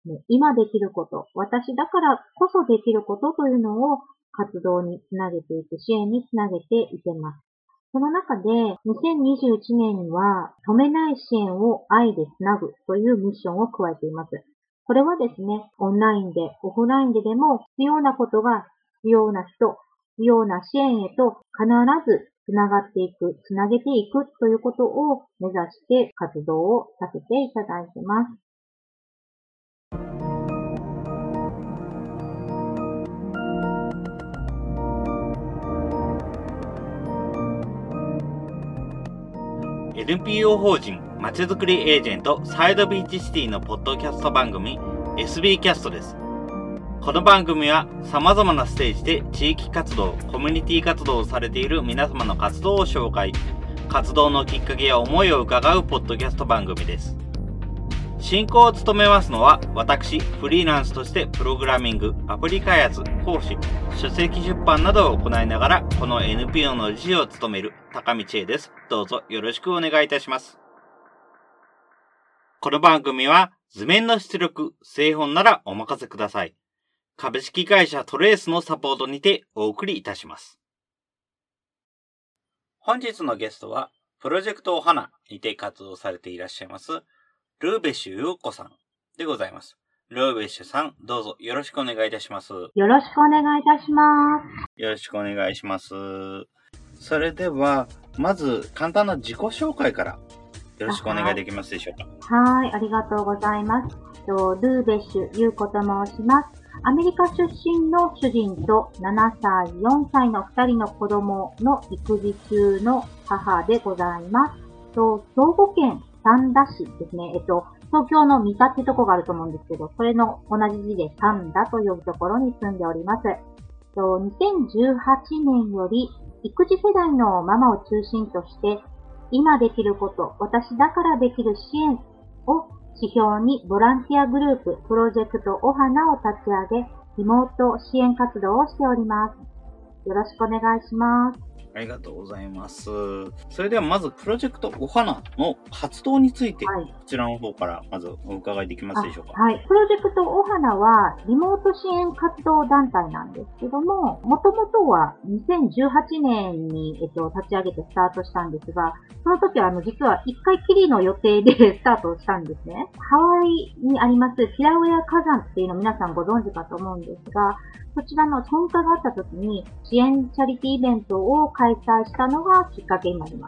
今できること、私だからこそできることというのを活動につなげていく、支援につなげていけます。その中で、2021年には、止めない支援を愛でつなぐというミッションを加えています。これはですね、オンラインで、オフラインででも、必要なことが必要な人、必要な支援へと必ずつながっていく、つなげていくということを目指して活動をさせていただいています。 NPO 法人まちづくりエージェントサイドビーチシティのポッドキャスト番組 SB キャストです。この番組は様々なステージで地域活動、コミュニティ活動をされている皆様の活動を紹介、活動のきっかけや思いを伺うポッドキャスト番組です。進行を務めますのは私、フリーランスとしてプログラミング、アプリ開発、講師、書籍出版などを行いながらこの NPO の理事を務める高道恵です。どうぞよろしくお願いいたします。この番組は図面の出力、製本ならお任せください。株式会社トレースのサポートにてお送りいたします。本日のゲストはプロジェクトお花にて活動されていらっしゃいますルーベッシュ優子さんでございます。ルーベッシュさん、どうぞよろしくお願いいたします。 よろしくお願いいたします。 よろしくお願いします。それでは、まず簡単な自己紹介からよろしくお願いできますでしょうか。 はい、ありがとうございます。ルーベッシュ優子と申します。アメリカ出身の主人と7歳、4歳の2人の子供の育児中の母でございます。兵庫県三田市ですね。東京の三田ってとこがあると思うんですけど、それの同じ字で三田というところに住んでおります。2018年より育児世代のママを中心として、今できること、私だからできる支援を指標にボランティアグループ、プロジェクトお花を立ち上げ、リモート支援活動をしております。よろしくお願いします。 ありがとうございます。それではまずプロジェクトお花の活動について、こちらの方からまずお伺いできますでしょうか。 はい。プロジェクトお花はリモート支援活動団体なんですけども、もともとは2018年に、立ち上げてスタートしたんですが、その時は実は一回きりの予定でスタートしたんですね。ハワイにありますキラウエア火山っていうのを皆さんご存知かと思うんですが、そちらの噴火があった時に支援チャリティーイベントを開催したのがきっかけになります。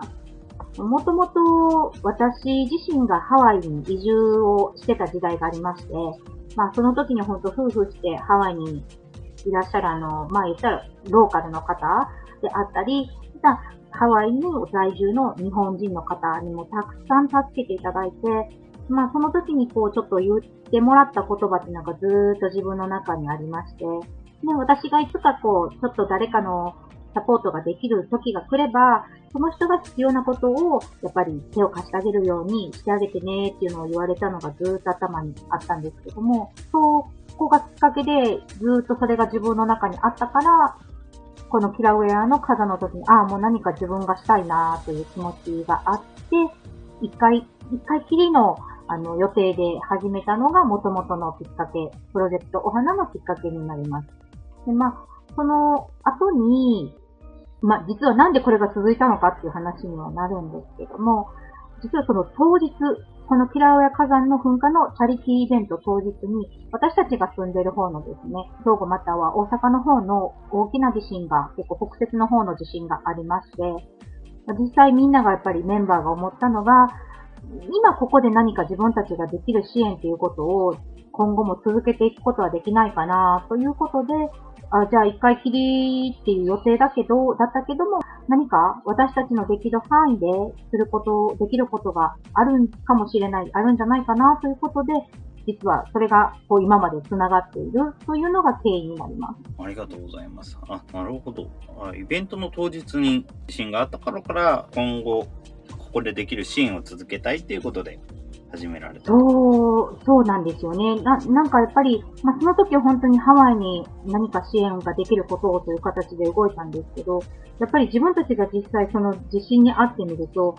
もともと私自身がハワイに移住をしてた時代がありまして、その時に本当夫婦してハワイにいらっしゃる言ったらローカルの方であったり、またハワイに在住の日本人の方にもたくさん助けていただいて、その時にちょっと言ってもらった言葉ってなんかずーっと自分の中にありまして、で、私がいつかちょっと誰かのサポートができる時が来れば、その人が必要なことを、やっぱり手を貸してあげるようにしてあげてねっていうのを言われたのがずーっと頭にあったんですけども、そこがきっかけでずーっとそれが自分の中にあったから、このキラウエアの火山の時に、もう何か自分がしたいなという気持ちがあって、一回きりの予定で始めたのが元々のきっかけ、プロジェクトお花のきっかけになります。で、その後に、実はなんでこれが続いたのかっていう話にはなるんですけども、実はその当日、このキラウエア火山の噴火のチャリティーイベント当日に、私たちが住んでいる方のですね、兵庫または大阪の方の大きな地震が、結構北節の方の地震がありまして、実際みんながやっぱりメンバーが思ったのが、今ここで何か自分たちができる支援ということを今後も続けていくことはできないかなということで、じゃあ一回きりっていう予定だったけども、何か私たちのできる範囲できることがあるかもしれない、あるんじゃないかなということで、実はそれが今まで繋がっているというのが経緯になります。 ありがとうございます。なるほど。イベントの当日に地震があったから今後ここでできる支援を続けたいということで始められた。 そうなんですよね。なんかやっぱり、その時は本当にハワイに何か支援ができることをという形で動いたんですけど、やっぱり自分たちが実際その地震に遭ってみると、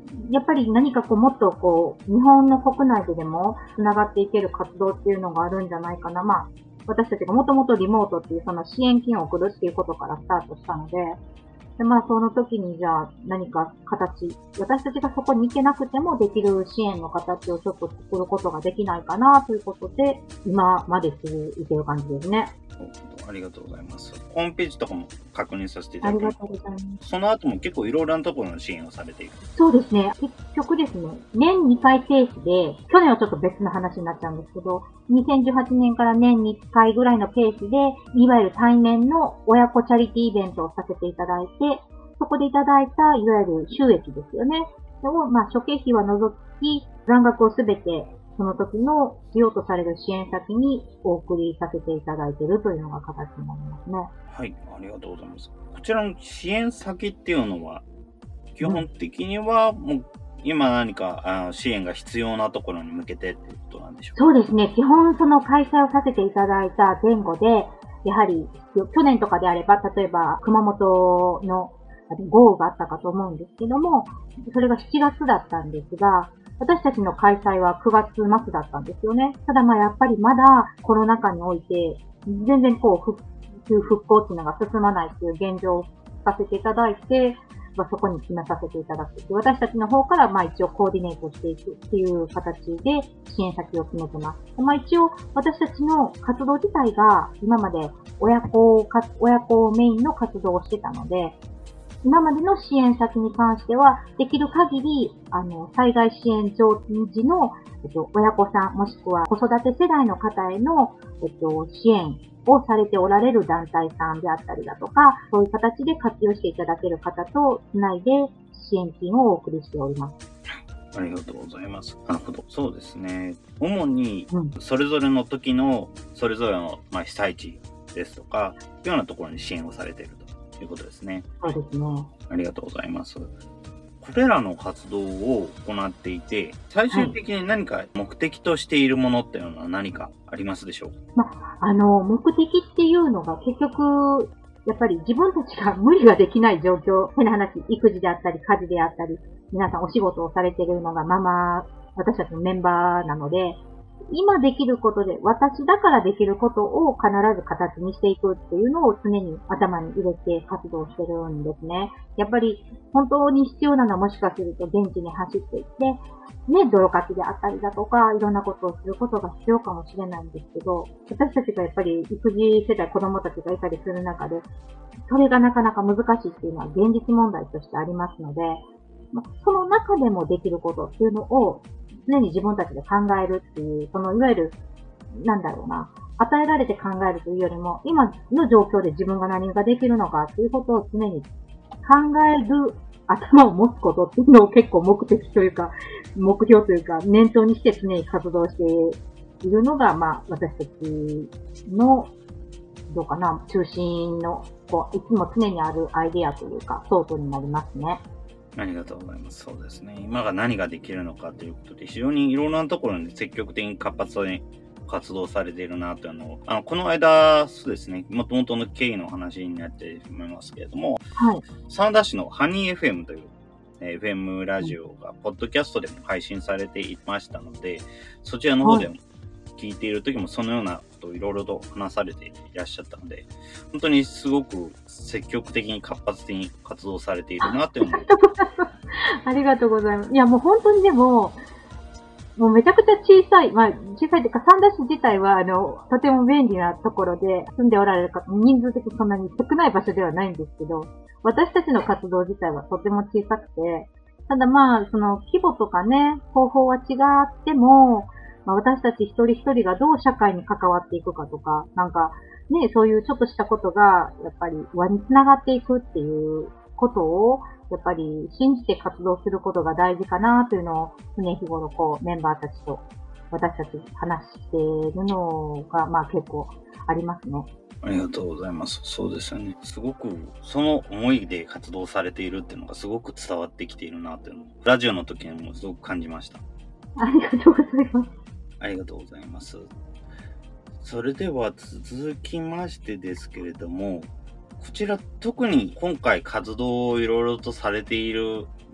やっぱり何かもっと日本の国内でも繋がっていける活動っていうのがあるんじゃないかな。私たちがもともとリモートっていうその支援金を送るっていうことからスタートしたので、その時にじゃあ何か形、私たちがそこに行けなくてもできる支援の形をちょっと作ることができないかなということで、今まで続いている感じですね。 ありがとうございます。ホームページとかも確認させていただきます。 ありがとうございます。 その後も結構いろいろなところの支援をされている。 そうですね。結局ですね、年2回ペースで、去年はちょっと別の話になっちゃうんですけど、2018年から年に1回ぐらいのペースで、いわゆる対面の親子チャリティーイベントをさせていただいて、そこでいただいた、いわゆる収益ですよね。それを、諸経費は除き、残額をすべてその時の必要とされる支援先にお送りさせていただいているというのが形になりますね。 はい、ありがとうございます。こちらの支援先っていうのは、基本的にはもう今何か支援が必要なところに向けてっていうことなんでしょうか？ そうですね。基本その開催をさせていただいた前後で、やはり去年とかであれば、例えば熊本の豪雨があったかと思うんですけども、それが7月だったんですが、私たちの開催は9月末だったんですよね。ただやっぱりまだコロナ禍において、全然復興っていうのが進まないっていう現状をさせていただいて、そこに決めさせていただく。私たちの方から一応コーディネートしていくっていう形で支援先を決めてます。一応私たちの活動自体が今まで親子メインの活動をしてたので、今までの支援先に関しては、できる限り、災害支援時の、親子さん、もしくは子育て世代の方への、支援をされておられる団体さんであったりだとか、そういう形で活用していただける方とつないで支援金をお送りしております。 ありがとうございます。なるほど。そうですね。主に、それぞれの時の、それぞれの、被災地ですとか、いうようなところに支援をされていると。ということですね。 そうですね。 ありがとうございます。これらの活動を行っていて、最終的に何か目的としているものっていうのは何かありますでしょうか？ 目的っていうのが結局、やっぱり自分たちが無理ができない状況、変な話、育児であったり、家事であったり、皆さんお仕事をされているのが私たちのメンバーなので、今できることで、私だからできることを必ず形にしていくっていうのを常に頭に入れて活動してるんですね。やっぱり本当に必要なのはもしかすると現地に走っていって、泥かきであったりだとか、いろんなことをすることが必要かもしれないんですけど、私たちがやっぱり育児世代、子供たちがいたりする中で、それがなかなか難しいっていうのは現実問題としてありますので、その中でもできることっていうのを常に自分たちで考えるっていう、いわゆる、与えられて考えるというよりも、今の状況で自分が何ができるのかっていうことを常に考える頭を持つことっていうのを結構目的というか、目標というか、念頭にして常に活動しているのが、私たちの、中心の、いつも常にあるアイデアというか、ソートになりますね。 ありがとうございます。そうですね。今が何ができるのかということで、非常にいろんなところに積極的に活発に活動されているなというのを、この間、そうですね、元々の経緯の話になってしまいますけれども、真田市のハニー FM という、FM ラジオが、ポッドキャストでも配信されていましたので、そちらの方でも聞いている時もそのようなことをいろいろと話されていらっしゃったので、本当にすごく積極的に活発的に活動されているなというのを。 ありがとうございます。いや、もう本当にでもうめちゃくちゃ小さいというか、三田市自体は、とても便利なところで住んでおられる方、人数的にそんなに少ない場所ではないんですけど、私たちの活動自体はとても小さくて、ただその規模とかね、方法は違っても、私たち一人一人がどう社会に関わっていくかとか、そういうちょっとしたことが、やっぱり輪に繋がっていくっていうことを、やっぱり信じて活動することが大事かなというのを常日頃メンバーたちと私たち話しているのが結構ありますね。 ありがとうございます。そうですよね。すごくその思いで活動されているっていうのがすごく伝わってきているなというのをラジオの時にもすごく感じました。 ありがとうございます。 ありがとうございます。それでは続きましてですけれども、こちら特に今回活動をいろいろとされている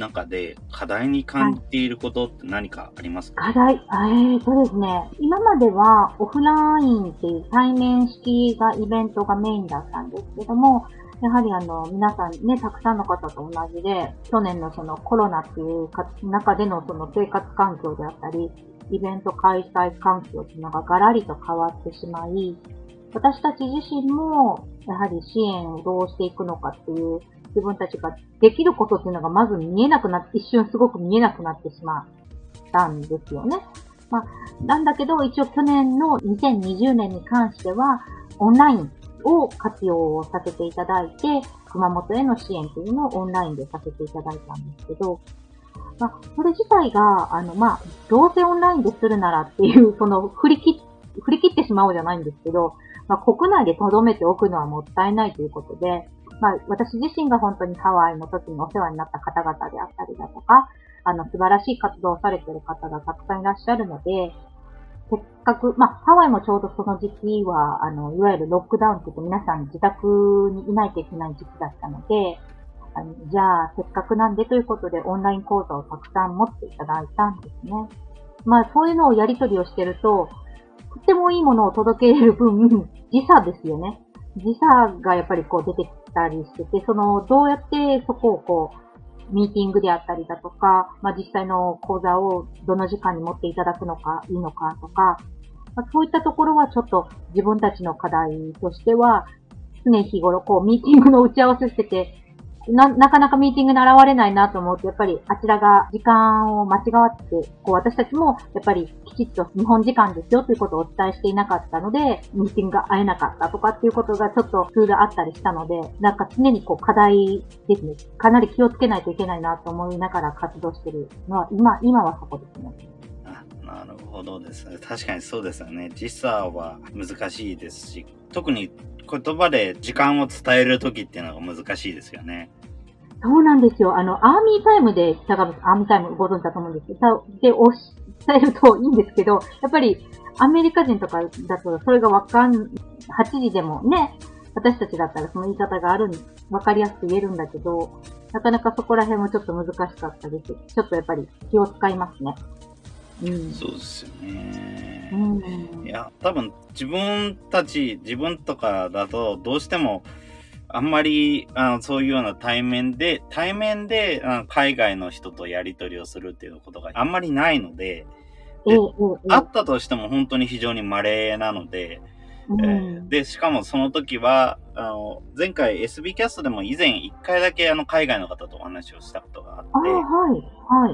中で課題に感じていることって何かありますか？ 課題、ですね、今まではオフラインっていう対面式がイベントがメインだったんですけども、やはり皆さんね、たくさんの方と同じで、去年のそのコロナっていう中でのその生活環境であったり、イベント開催環境っていうのがガラリと変わってしまい、私たち自身も、やはり支援をどうしていくのかっていう、自分たちができることっていうのがまず見えなくなって、一瞬すごく見えなくなってしまったんですよね。なんだけど、一応去年の2020年に関しては、オンラインを活用させていただいて、熊本への支援というのをオンラインでさせていただいたんですけど、それ自体が、どうせオンラインでするならっていう、振り切ってしまおうじゃないんですけど、国内で留めておくのはもったいないということで、私自身が本当にハワイの時にお世話になった方々であったりだとか、素晴らしい活動をされている方がたくさんいらっしゃるので、せっかく、ハワイもちょうどその時期は、いわゆるロックダウンって言って皆さん自宅にいないといけない時期だったので、じゃあ、せっかくなんでということでオンライン講座をたくさん持っていただいたんですね。そういうのをやり取りをしてると、とってもいいものを届ける分、時差ですよね。時差がやっぱり出てきたりしてて、どうやってそこをミーティングであったりだとか、実際の講座をどの時間に持っていただくのかいいのかとか、そういったところはちょっと自分たちの課題としては、常日頃ミーティングの打ち合わせしてて、なかなかミーティングに現れないなと思うと、やっぱりあちらが時間を間違って、私たちもやっぱりきちっと日本時間ですよということをお伝えしていなかったので、ミーティングが会えなかったとかっていうことがちょっと普通であったりしたので、常に課題ですね、かなり気をつけないといけないなと思いながら活動しているのは、今はそこですね。 なるほどですね。確かにそうですよね。時差は難しいですし、特に言葉で時間を伝えるときっていうのが難しいですよね。 そうなんですよ。アーミータイムで、アーミータイムご存知だと思うんですけど、で、伝えるといいんですけど、やっぱりアメリカ人とかだとそれが8時でもね、私たちだったらその言い方がわかりやすく言えるんだけど、なかなかそこら辺もちょっと難しかったです。ちょっとやっぱり気を使いますね。 そうですよね。 うん、 いや、多分自分とかだとどうしてもあんまりそういうような対面で海外の人とやり取りをするっていうことがあんまりないので、あったとしても本当に非常に稀なので、で、しかもその時は、前回 SB キャストでも以前1回だけ海外の方とお話をしたことがあって、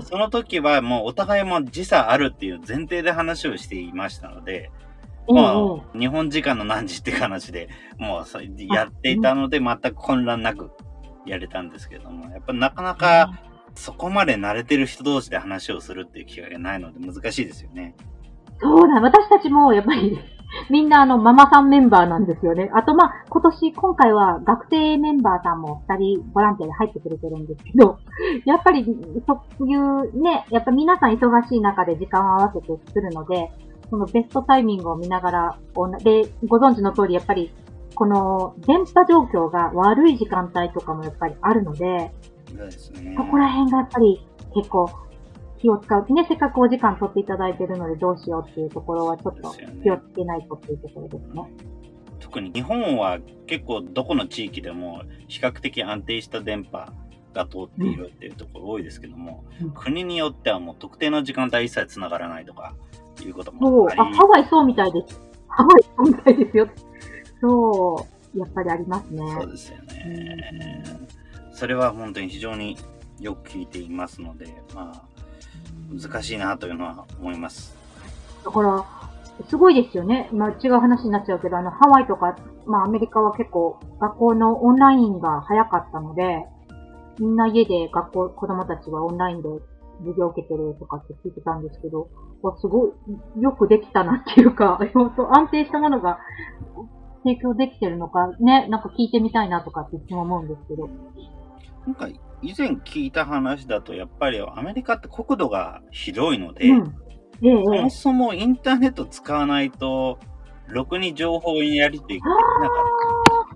その時はもうお互いも時差あるっていう前提で話をしていましたので、日本時間の何時っていう話でもうやっていたので全く混乱なくやれたんですけども、やっぱなかなかそこまで慣れてる人同士で話をするっていう機会がないので難しいですよね。 そうだ、私たちもやっぱりみんなママさんメンバーなんですよね。あと今回は学生メンバーさんも2人ボランティアで入ってくれてるんですけど、やっぱりそういうね、やっぱ皆さん忙しい中で時間を合わせてするので、そのベストタイミングを見ながら、で、ご存知の通りやっぱりこの電波状況が悪い時間帯とかもやっぱりあるので、そこら辺がやっぱり結構気を使う。ね、せっかくお時間取っていただいているのでどうしようっていうところはちょっと気をつけないとっていうところですね。 特に日本は結構どこの地域でも比較的安定した電波が通っているっていうところ多いですけども、国によってはもう特定の時間帯一切繋がらないとかいうこともあり。 ハワイそうみたいです。ハワイそうみたいですよ。そう、やっぱりありますね。 そうですよね。それは本当に非常によく聞いていますので、難しいなというのは思います。 だから、すごいですよね。違う話になっちゃうけど、ハワイとか、アメリカは結構学校のオンラインが早かったので、みんな家で子供たちはオンラインで授業を受けてるとかって聞いてたんですけど、すごい、よくできたなっていうか、安定したものが提供できてるのか、ね、なんか聞いてみたいなとかっていつも思うんですけど。 なんか以前聞いた話だと、やっぱりアメリカって国土が広いので、そもそもインターネット使わないと、ろくに情報をやり取りできなかった。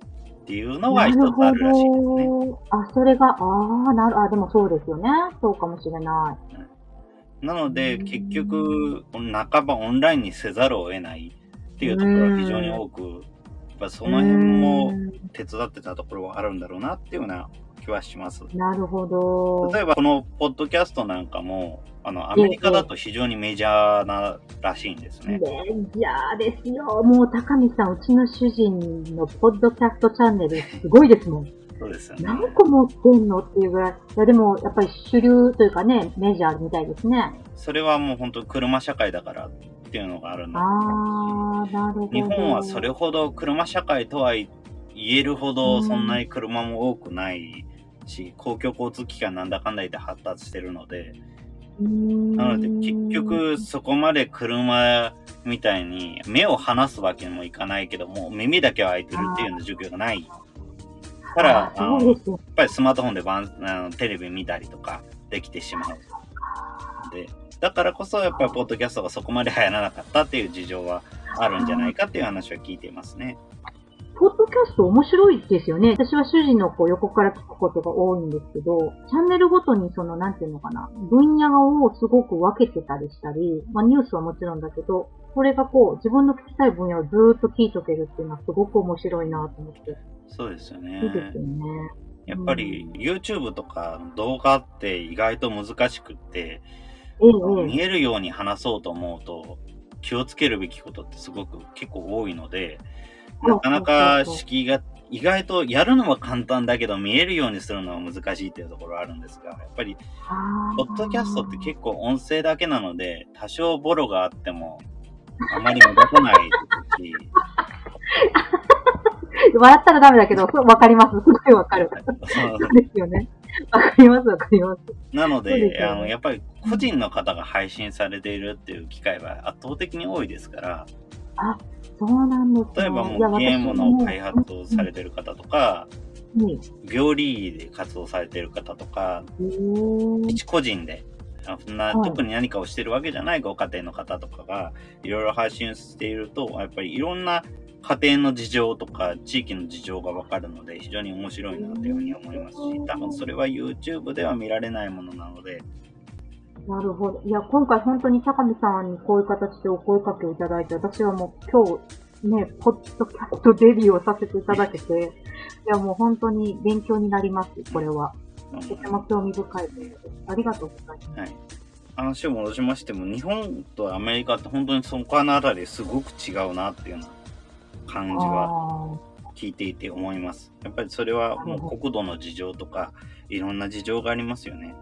っていうのが一つあるらしいですね。 それが、でもそうですよね。そうかもしれない。 なので、結局、半ばオンラインにせざるを得ないっていうところが非常に多く、やっぱその辺も手伝ってたところはあるんだろうなっていうような気はします。 なるほど。 例えばこのポッドキャストなんかも、アメリカだと非常にメジャーならしいんですね。 メジャーですよ。もう高見さん、うちの主人のポッドキャストチャンネルすごいですもん。 そうですよね。 何個持ってんのっていうぐらい。いや、でもやっぱり主流というかね、メジャーみたいですね。 それはもう本当車社会だからっていうのがあるんだと思うし。なるほど。 日本はそれほど車社会とは言えるほどそんなに車も多くないし、公共交通機関なんだかんだ言って発達してるので、なので結局そこまで車みたいに目を離すわけにもいかないけども、耳だけは開いてるっていうような状況がないから、やっぱりスマートフォンでテレビ見たりとかできてしまう。で、だからこそやっぱりポッドキャストがそこまで流行らなかったっていう事情はあるんじゃないかっていう話は聞いていますね。 ポッドキャスト面白いですよね。私は主人の横から聞くことが多いんですけど、チャンネルごとになんていうのかな、分野をすごく分けてたりしたり、ニュースはもちろんだけど、それが自分の聞きたい分野をずーっと聞いとけるっていうのはすごく面白いなと思って。 そうですよね。 いいですよね。 やっぱり YouTube とか動画って意外と難しくって、見えるように話そうと思うと気をつけるべきことってすごく結構多いので、なかなか敷居が意外とやるのは簡単だけど見えるようにするのは難しいっていうところあるんですが、やっぱりポッドキャストって結構音声だけなので多少ボロがあってもあまり目立たないですし笑ったらダメだけど、わかります。すごいわかる。そうですよね。わかります。 なので、やっぱり個人の方が配信されているっていう機会は圧倒的に多いですから、 そうなんですね。 例えばもうゲームの開発をされている方とか、病理で活動されている方とか、一個人で、特に何かをしているわけじゃないご家庭の方とかがいろいろ配信していると、やっぱりいろんな家庭の事情とか地域の事情がわかるので非常に面白いなというふうに思いますし、多分それは YouTube では見られないものなので。 なるほど。いや、今回本当に高見さんにこういう形でお声かけをいただいて、私はもう今日ね、ポッドキャストデビューをさせていただけて、いやもう本当に勉強になります、これは。とても興味深いです。ありがとうございます。 はい。話を戻しましても、日本とアメリカって本当にそこのあたりすごく違うなっていうような感じは聞いていて思います。やっぱりそれはもう国土の事情とかいろんな事情がありますよね。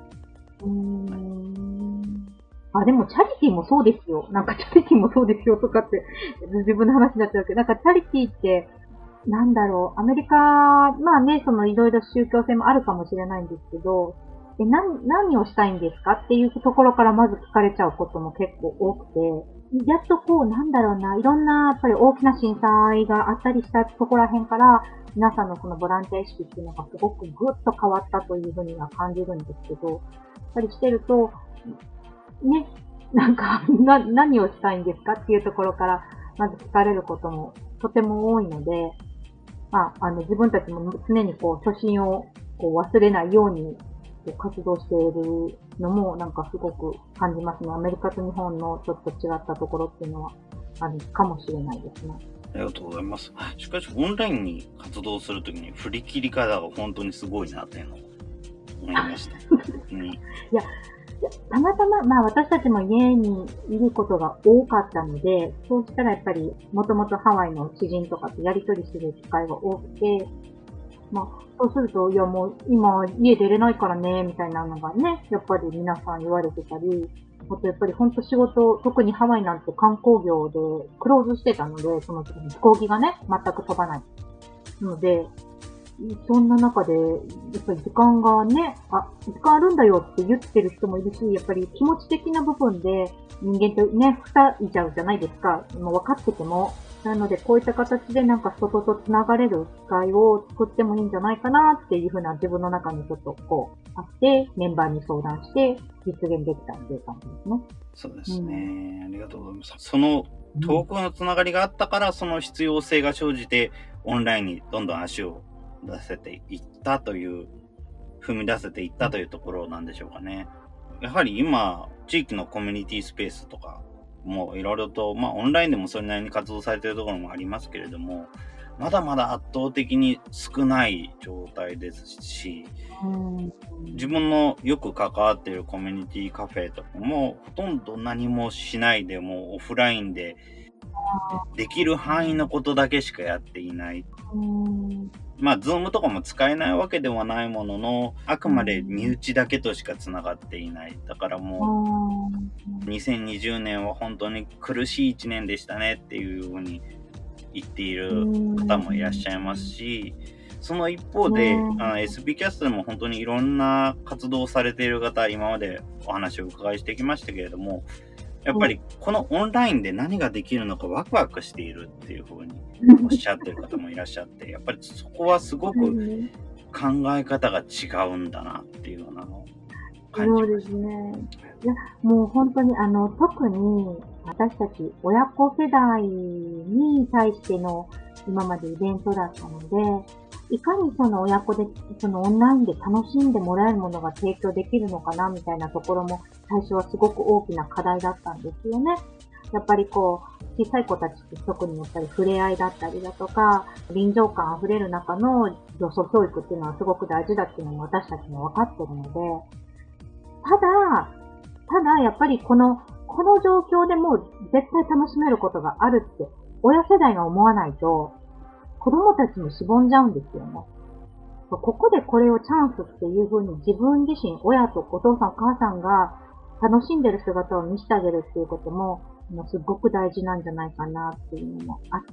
でもチャリティーもそうですよ。チャリティーもそうですよとかって自分の話になっちゃうけど、チャリティーってアメリカ、いろいろ宗教性もあるかもしれないんですけど、何をしたいんですかっていうところからまず聞かれちゃうことも結構多くて、やっといろんなやっぱり大きな震災があったりしたところら辺から、皆さんのそのボランティア意識っていうのがすごくぐっと変わったというふうには感じるんですけど、やっぱりしてると、ね、何をしたいんですかっていうところから、まず聞かれることもとても多いので、自分たちも常に初心を忘れないように活動しているのもすごく感じますね。アメリカと日本のちょっと違ったところっていうのはあるかもしれないですね。 ありがとうございます。しかしオンラインに活動するときに振り切り方が本当にすごいなっていうのを思いました。いや、たまたま、私たちも家にいることが多かったので、そうしたらやっぱり、もともとハワイの知人とかとやりとりする機会が多くて、そうすると、いやもう今家出れないからね、みたいなのがね、やっぱり皆さん言われてたり、あとやっぱり本当仕事、特にハワイなんて観光業でクローズしてたので、その時に飛行機がね、全く飛ばない。ので、そんな中で、やっぱり時間がね、時間あるんだよって言ってる人もいるし、やっぱり気持ち的な部分で人間ってね、二いちゃうじゃないですか。もう分かってても。なので、こういった形で人と繋がれる機会を作ってもいいんじゃないかなっていうふうな自分の中にちょっとあって、メンバーに相談して実現できたっていう感じですね。 そうですね。ありがとうございます。その遠くのつながりがあったから、その必要性が生じて、オンラインにどんどん足を出せていったという、踏み出せていったというところなんでしょうかね。やはり今、地域のコミュニティスペースとかもいろいろと、オンラインでもそれなりに活動されているところもありますけれども、まだまだ圧倒的に少ない状態ですし、自分のよく関わっているコミュニティカフェとかもほとんど何もしないでもオフラインでできる範囲のことだけしかやっていない。ズームとかも使えないわけではないものの、あくまで身内だけとしかつながっていない。だからもう、2020年は本当に苦しい1年でしたねっていうふうに言っている方もいらっしゃいますし、その一方で、SB キャストでも本当にいろんな活動をされている方、今までお話をお伺いしてきましたけれども、やっぱりこのオンラインで何ができるのかワクワクしているっていうふうにおっしゃってる方もいらっしゃって、やっぱりそこはすごく考え方が違うんだなっていうようなのを感じました。 そうですね。いや、もう本当に特に私たち親子世代に対しての今までイベントだったので、いかにその親子で、そのオンラインで楽しんでもらえるものが提供できるのかなみたいなところも最初はすごく大きな課題だったんですよね。やっぱり小さい子たちって特にやっぱり触れ合いだったりだとか、臨場感あふれる中の女装教育っていうのはすごく大事だっていうのも私たちも分かってるので、ただやっぱりこの状況でもう絶対楽しめることがあるって親世代が思わないと、子供たちもしぼんじゃうんですよね。ここでこれをチャンスっていう風に自分自身、親とお父さんお母さんが楽しんでる姿を見せてあげるっていうことも、すごく大事なんじゃないかなっていうのもあって、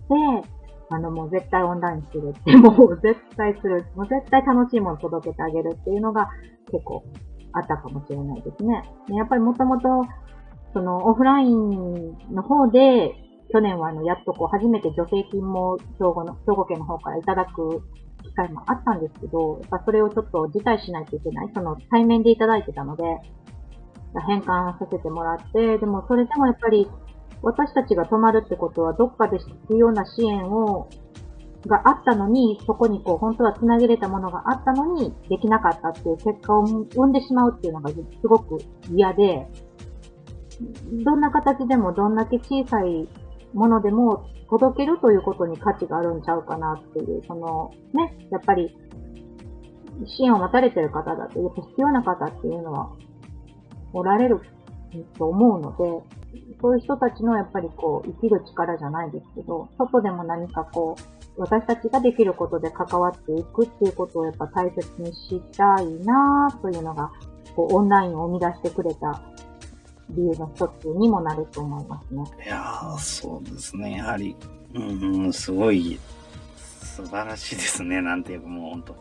もう絶対オンラインするって、もう絶対する。もう絶対楽しいもの届けてあげるっていうのが結構あったかもしれないですね。やっぱりもともと、オフラインの方で、去年はやっと初めて助成金も兵庫県の方からいただく機会もあったんですけど、やっぱそれをちょっと辞退しないといけない。対面でいただいてたので、返還させてもらって、でもそれでもやっぱり私たちが泊まるってことはどっかで必要な支援があったのに、そこに本当は繋げれたものがあったのにできなかったっていう結果を生んでしまうっていうのがすごく嫌で、どんな形でもどんだけ小さいものでも届けるということに価値があるんちゃうかなっていう、やっぱり支援を待たれてる方だって、必要な方っていうのはおられると思うので、そういう人たちのやっぱり生きる力じゃないですけど、外でも何か私たちができることで関わっていくっていうことをやっぱ大切にしたいなというのが、オンラインを生み出してくれた理由の一つにもなると思いますね。 いやー、そうですね。やはり、すごい素晴らしいですね。なんていうかもう本当に。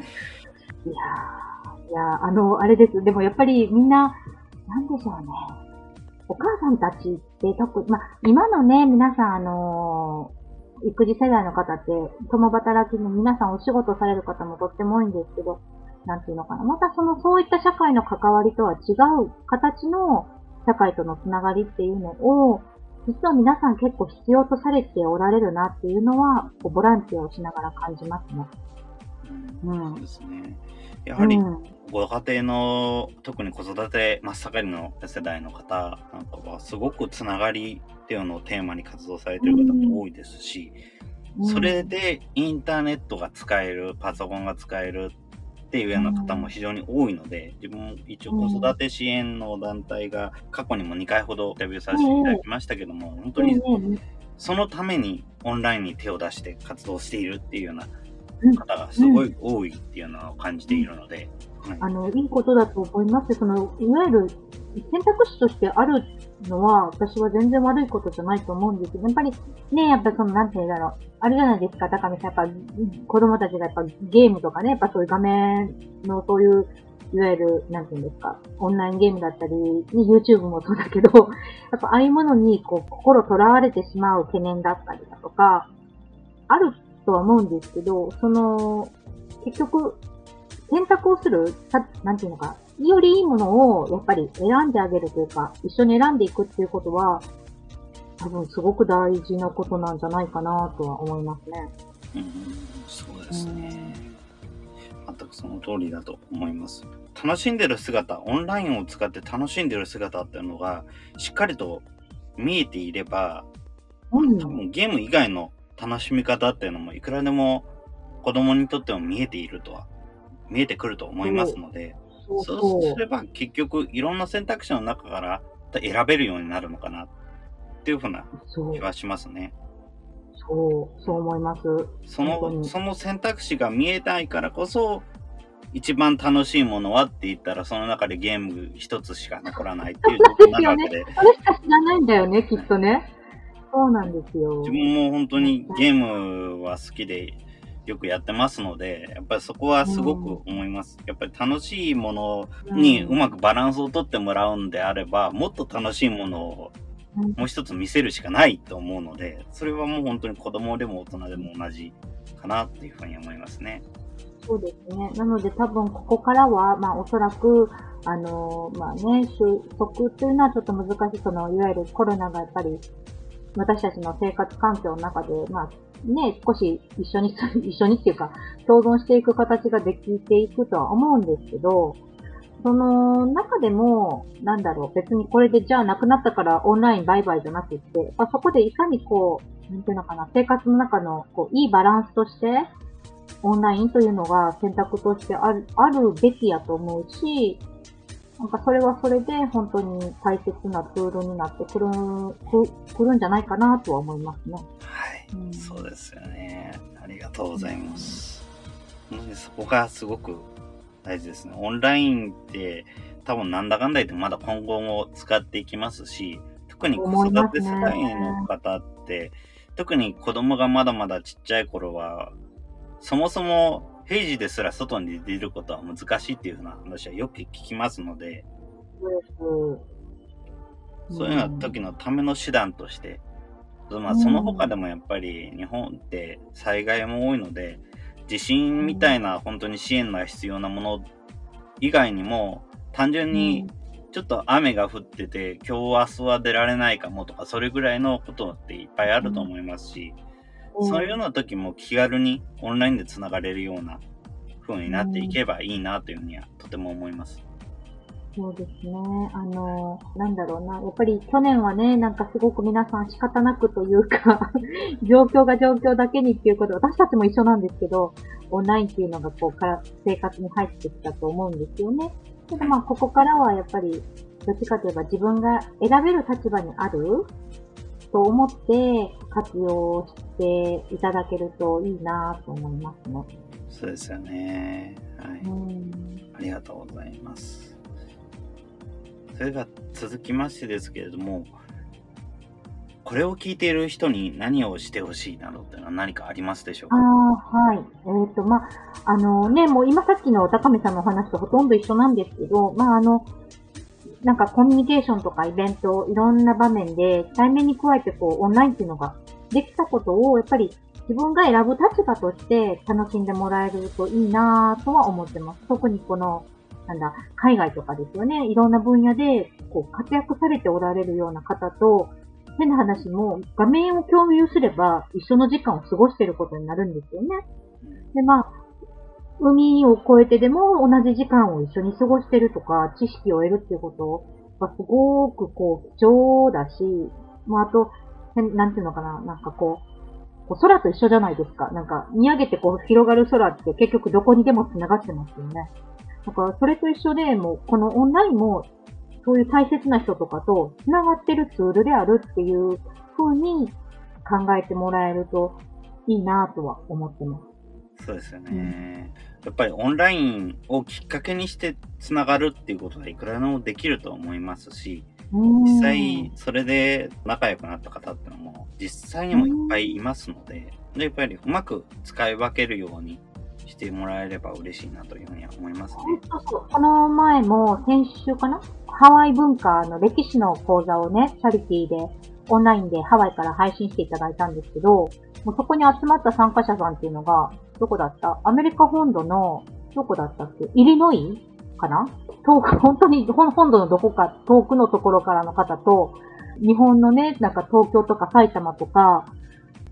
あれです。でもやっぱりみんな、なんでしょうね。お母さんたちって今のね、皆さん育児世代の方って、共働きの皆さんお仕事される方もとっても多いんですけど、なんていうのかな。またそういった社会の関わりとは違う形の社会とのつながりっていうのを、実は皆さん結構必要とされておられるなっていうのは、ボランティアをしながら感じますね。 そうですね。やはり、ご家庭の、特に子育て真っ盛りの世代の方なんかは、すごくつながりっていうのをテーマに活動されている方も多いですし、それでインターネットが使える、パソコンが使えるっていうような方も非常に多いので、自分も一応子育て支援の団体が過去にも2回ほどインタビューさせていただきましたけども、本当にそのためにオンラインに手を出して活動しているっていうような方がすごい多いっていうのを感じているので、 いいことだと思います。いわゆる選択肢としてあるのは、私は全然悪いことじゃないと思うんですけど、やっぱりね、やっぱなんて言うんだろう。あれじゃないですか、高見さん。やっぱ子供たちがやっぱゲームとかね、やっぱそういう画面のそういう、いわゆる、なんて言うんですか、オンラインゲームだったり、YouTube もそうだけど、やっぱああいうものに心とらわれてしまう懸念だったりだとか、あるとは思うんですけど、結局、選択をする、なんていうのか、よりいいものをやっぱり選んであげるというか、一緒に選んでいくっていうことは、多分すごく大事なことなんじゃないかなとは思いますね。 そうですね。 全くその通りだと思います。楽しんでる姿、オンラインを使って楽しんでる姿っていうのがしっかりと見えていれば、多分ゲーム以外の楽しみ方っていうのもいくらでも子供にとっても見えてくると思いますので、そうすれば結局いろんな選択肢の中から選べるようになるのかなっていうふうな気はしますね。 そう思います。 その選択肢が見えないからこそ、一番楽しいものはって言ったら、その中でゲーム一つしか残らないっていう状況になるわけで。 それしか知らないんだよね、きっとね。そうなんですよ。 自分も本当にゲームは好きでよくやってますので、やっぱりそこはすごく思います。やっぱり楽しいものにうまくバランスをとってもらうんであれば、もっと楽しいものをもう一つ見せるしかないと思うので、それはもう本当に子供でも大人でも同じかなっていうふうに思いますね。 そうですね。なので多分ここからは、おそらく、収束というのはちょっと難しい、いわゆるコロナがやっぱり、私たちの生活環境の中で、少し一緒にっていうか、共存していく形ができていくとは思うんですけど、その中でも、別にこれでじゃあなくなったからオンラインバイバイじゃなくって、そこでいかに生活の中のいいバランスとして、オンラインというのが選択としてあるべきやと思うし、それはそれで本当に大切なツールになってくるんじゃないかなとは思いますね。 はい、そうですよね。ありがとうございます。そこがすごく大事ですね。オンラインって多分なんだかんだ言ってまだ今後も使っていきますし、特に子育て世代の方って、特に子供がまだまだちっちゃい頃は、そもそも平時ですら外に出ることは難しいっていうふうな話はよく聞きますので、そういうような時のための手段として、その他でもやっぱり日本って災害も多いので、地震みたいな本当に支援が必要なもの以外にも、単純にちょっと雨が降ってて、今日明日は出られないかもとか、それぐらいのことっていっぱいあると思いますし、そういうような時も気軽にオンラインでつながれるような風になっていけばいいなというふうにはとても思います。 そうですね。やっぱり去年はね、すごく皆さん仕方なくというか、状況だけにっていうこと、私たちも一緒なんですけど、オンラインっていうのが生活に入ってきたと思うんですよね。ただここからはやっぱり、どっちかといえば自分が選べる立場にあると思って活用していただけるといいなと思いますね。 そうですよね。はい。ありがとうございます。それが続きましてですけれども、これを聞いている人に何をしてほしいなどっていうのは何かありますでしょうか？ はい。もう今さっきの高見さんのお話とほとんど一緒なんですけど、コミュニケーションとかイベント、いろんな場面で対面に加えてオンラインっていうのができたことを、やっぱり自分が選ぶ立場として楽しんでもらえるといいなとは思ってます。特に海外とかですよね。いろんな分野で活躍されておられるような方と、変な話も画面を共有すれば一緒の時間を過ごしていることになるんですよね。で、海を越えてでも同じ時間を一緒に過ごしてるとか、知識を得るっていうことがすごく貴重だし、あと、なんていうのかな、空と一緒じゃないですか。見上げて広がる空って結局どこにでも繋がってますよね。だからそれと一緒で、もうこのオンラインもそういう大切な人とかと繋がってるツールであるっていう風に考えてもらえるといいなとは思ってます。 そうですよね。やっぱりオンラインをきっかけにして繋がるっていうことがいくらでもできると思いますし、実際それで仲良くなった方ってのも実際にもいっぱいいますので、やっぱりうまく使い分けるようにしてもらえれば嬉しいなというふうには思いますね。 そう。この前も先週かな、ハワイ文化の歴史の講座をね、チャリティーでオンラインでハワイから配信していただいたんですけど、もうそこに集まった参加者さんっていうのが、どこだった？アメリカ本土の、どこだったっけ？イリノイかな？本当に本土のどこか遠くのところからの方と、日本のね、東京とか埼玉とか、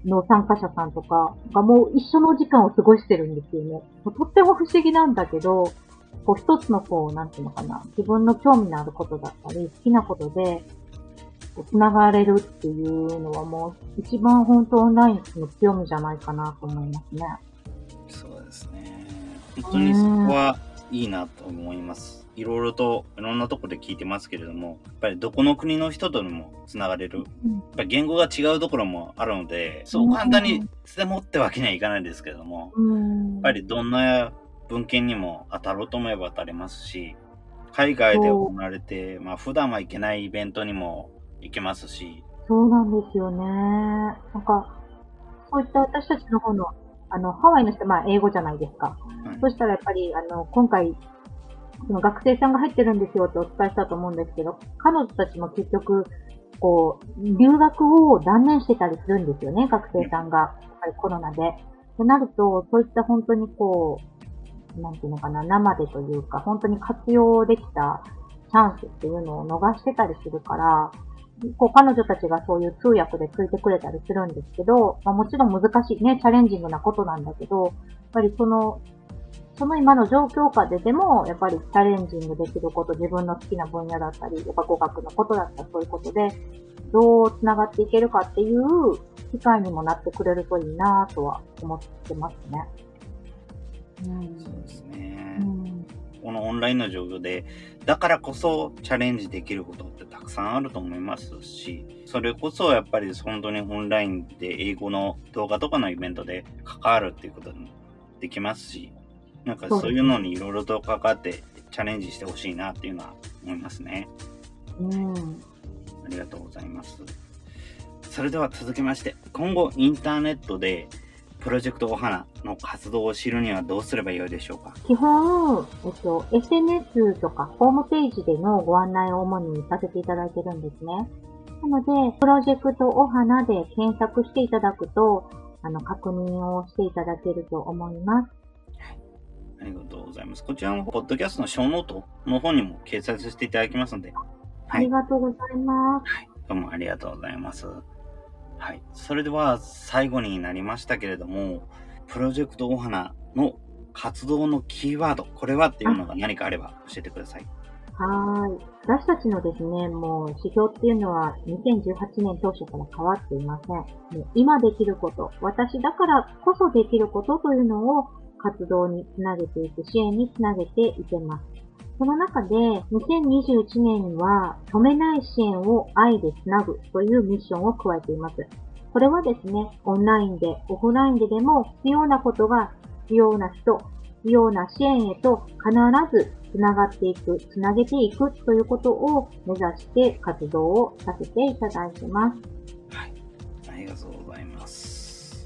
の参加者さんとかがもう一緒の時間を過ごしてるんですよね。とっても不思議なんだけど、こう一つのなんていうのかな、自分の興味のあることだったり、好きなことで、繋がれるっていうのはもう一番本当オンラインの強みじゃないかなと思いますね。 そうですね。本当にそこはいいなと思います。いろんなところで聞いてますけれども、やっぱりどこの国の人とでもつながれる。やっぱり言語が違うところもあるので、そう簡単に捨て持ってわけにはいかないんですけれども、やっぱりどんな文献にも当たろうと思えば当たりますし、海外で行われて、普段は行けないイベントにも行けますし。 そうなんですよね。なんか、そういった私たちの方の、ハワイの人は英語じゃないですか。はい、そしたらやっぱり、今回、その学生さんが入ってるんですよってお伝えしたと思うんですけど、彼女たちも結局、留学を断念してたりするんですよね、学生さんが。やっぱりコロナで。となると、そういった本当になんていうのかな、生でというか、本当に活用できたチャンスっていうのを逃してたりするから、彼女たちがそういう通訳でついてくれたりするんですけど、もちろん難しいね、チャレンジングなことなんだけど、やっぱりその今の状況下でも、やっぱりチャレンジングできること、自分の好きな分野だったり、語学のことだったり、そういうことで、どう繋がっていけるかっていう機会にもなってくれるといいなとは思ってますね。 そうですね。このオンラインの状況で、だからこそチャレンジできることってたくさんあると思いますし、それこそやっぱり本当にオンラインで英語の動画とかのイベントで関わるっていうこともできますし、なんかそういうのにいろいろと関わってチャレンジしてほしいなっていうのは思いますね。ありがとうございます。それでは続きまして、今後インターネットでプロジェクトお花の活動を知るにはどうすればよいでしょうか？ 基本、SNS とかホームページでのご案内を主にさせていただいてるんですね。なので、プロジェクトお花で検索していただくと、確認をしていただけると思います。 ありがとうございます。こちらのポッドキャストのショーノートの方にも掲載させていただきますので。 ありがとうございます。 どうもありがとうございます。はい。それでは最後になりましたけれども、プロジェクトお花の活動のキーワード、これはっていうのが何かあれば教えてください。 私たちのですね、もう指標っていうのは2018年当初から変わっていません。今できること、私だからこそできることというのを活動につなげていく、支援につなげていけます。その中で2021年には止めない支援を愛でつなぐというミッションを加えています。これはですね、オンラインでオフラインでも必要なことが必要な人、必要な支援へと必ずつながっていく、つなげていくということを目指して活動をさせていただいてます。 はい。ありがとうございます。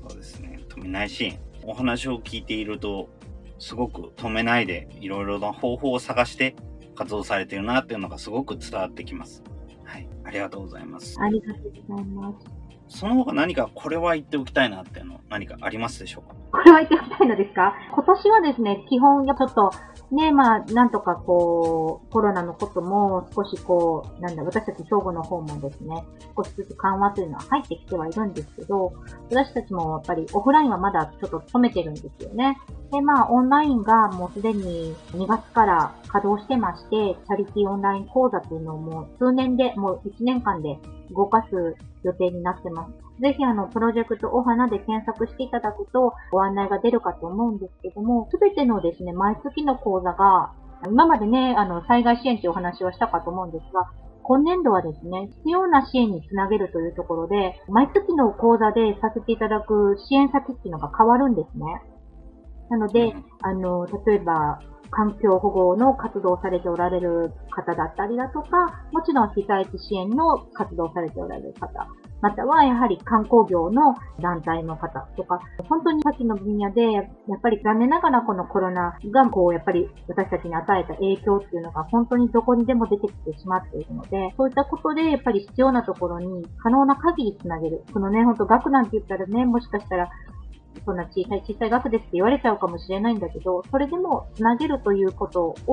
そうですね。止めない支援。お話を聞いていると、すごく止めないでいろいろな方法を探して活動されているなっていうのがすごく伝わってきます。はい。ありがとうございます。 ありがとうございます。 その他何かこれは言っておきたいなっていうの何かありますでしょうか？ これは言っておきたいのですか？今年はですね、基本ちょっとね、なんとかコロナのことも少し私たち兵庫の方もですね、少しずつ緩和というのは入ってきてはいるんですけど、私たちもやっぱりオフラインはまだちょっと止めてるんですよね。で、オンラインがもうすでに2月から稼働してまして、チャリティーオンライン講座というのをもう数年で、もう1年間で動かす予定になってます。ぜひプロジェクトお花で検索していただくとご案内が出るかと思うんですけども、すべてのですね、毎月の講座が、今までね、災害支援というお話をしたかと思うんですが、今年度はですね、必要な支援につなげるというところで、毎月の講座でさせていただく支援先っていうのが変わるんですね。なので、例えば、環境保護の活動をされておられる方だったりだとか、もちろん被災地支援の活動をされておられる方、またはやはり観光業の団体の方とか、本当に先の分野で、やっぱり残念ながらこのコロナがやっぱり私たちに与えた影響っていうのが本当にどこにでも出てきてしまっているので、そういったことでやっぱり必要なところに可能な限りつなげる。このね、本当額なんて言ったらね、もしかしたらそんな小さい額ですって言われちゃうかもしれないんだけど、それでもつなげるということを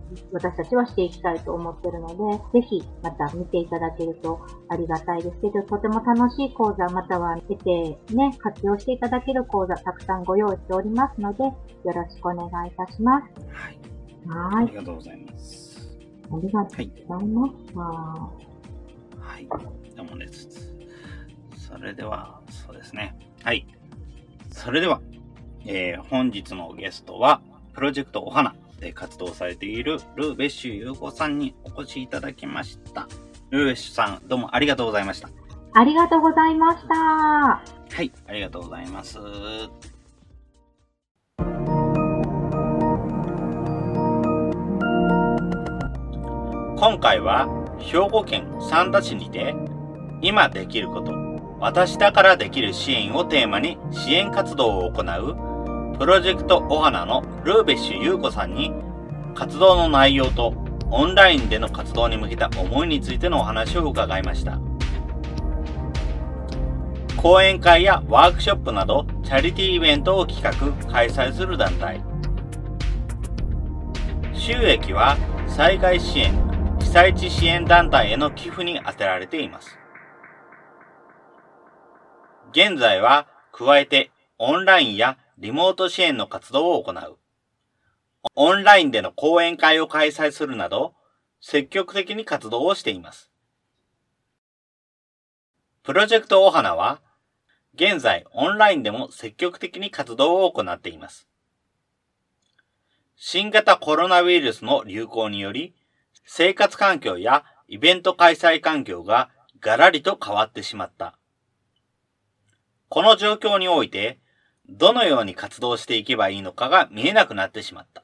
私たちはしていきたいと思ってるので、ぜひまた見ていただけるとありがたいですけど、とても楽しい講座または得てね、活用していただける講座たくさんご用意しておりますので、よろしくお願いいたします。 はい。ありがとうございます。 ありがとうございました。 はい。どうもです。それでは、そうですね。はい。それでは、本日のゲストは、プロジェクトお花で活動されているルーベッシュ優子さんにお越しいただきました。ルーベッシュさん、どうもありがとうございました。 ありがとうございました。 はい、ありがとうございます。今回は兵庫県三田市にて今できること、私だからできる支援をテーマに支援活動を行うプロジェクトお花のルーベッシュ優子さんに活動の内容とオンラインでの活動に向けた思いについてのお話を伺いました。講演会やワークショップなどチャリティーイベントを企画・開催する団体。収益は災害支援、被災地支援団体への寄付に充てられています。現在は加えてオンラインやリモート支援の活動を行う。オンラインでの講演会を開催するなど積極的に活動をしています。プロジェクトお花は現在オンラインでも積極的に活動を行っています。新型コロナウイルスの流行により生活環境やイベント開催環境がガラリと変わってしまった。この状況において、どのように活動していけばいいのかが見えなくなってしまった。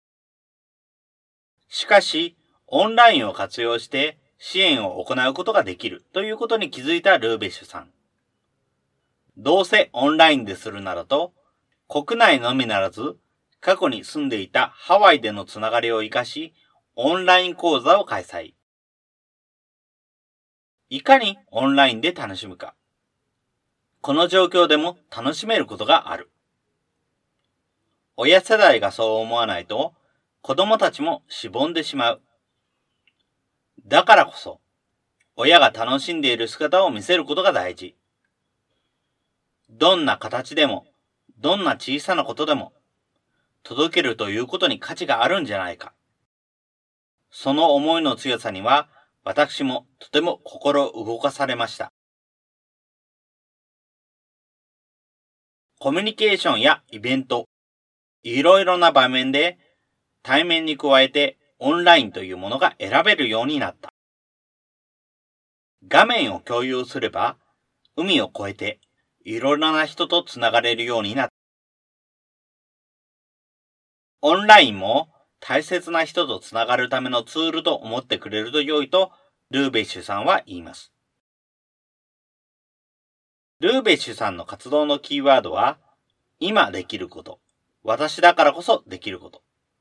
しかし、オンラインを活用して支援を行うことができるということに気づいたルーベッシュさん。どうせオンラインでするならと、国内のみならず、過去に住んでいたハワイでのつながりを生かし、オンライン講座を開催。いかにオンラインで楽しむか。この状況でも楽しめることがある。親世代がそう思わないと、子供たちもしぼんでしまう。だからこそ、親が楽しんでいる姿を見せることが大事。どんな形でも、どんな小さなことでも、届けるということに価値があるんじゃないか。その思いの強さには、私もとても心動かされました。コミュニケーションやイベント、いろいろな場面で対面に加えてオンラインというものが選べるようになった。画面を共有すれば、海を越えていろいろな人とつながれるようになった。オンラインも大切な人とつながるためのツールと思ってくれると良いとルーベッシュさんは言います。ルーベッシュさんの活動のキーワードは、今できること、私だからこそできること。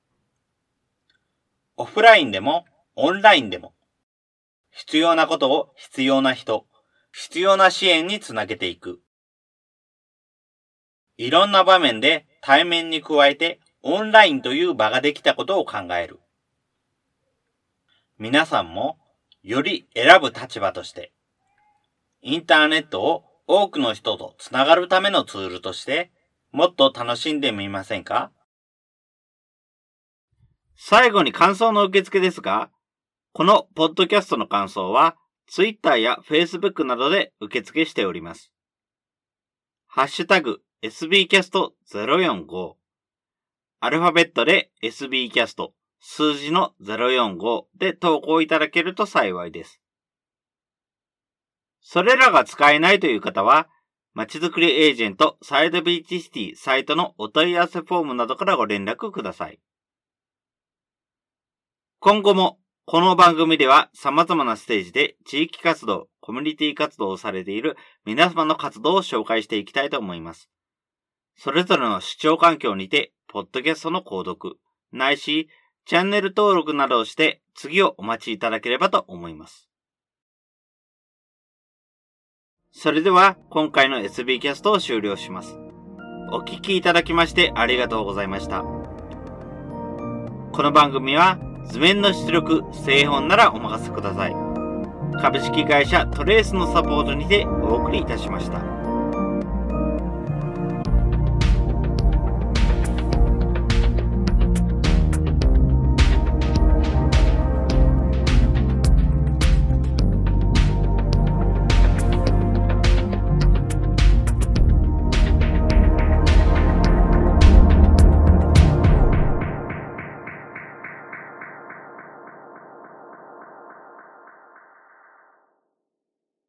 オフラインでもオンラインでも、必要なことを必要な人、必要な支援につなげていく。いろんな場面で対面に加えてオンラインという場ができたことを考える。皆さんもより選ぶ立場として、インターネットを多くの人とつながるためのツールとして、もっと楽しんでみませんか？最後に感想の受付ですが、このポッドキャストの感想は、Twitter や Facebook などで受付しております。ハッシュタグ SBcast045 アルファベットで SBcast 数字の045で投稿いただけると幸いです。それらが使えないという方は、まちづくりエージェントサイドビーチシティサイトのお問い合わせフォームなどからご連絡ください。今後もこの番組では様々なステージで地域活動、コミュニティ活動をされている皆様の活動を紹介していきたいと思います。それぞれの視聴環境にて、ポッドキャストの購読、ないし、チャンネル登録などをして次をお待ちいただければと思います。それでは今回の SB キャストを終了します。お聞きいただきましてありがとうございました。この番組は図面の出力、製本ならお任せください。株式会社トレースのサポートにてお送りいたしました。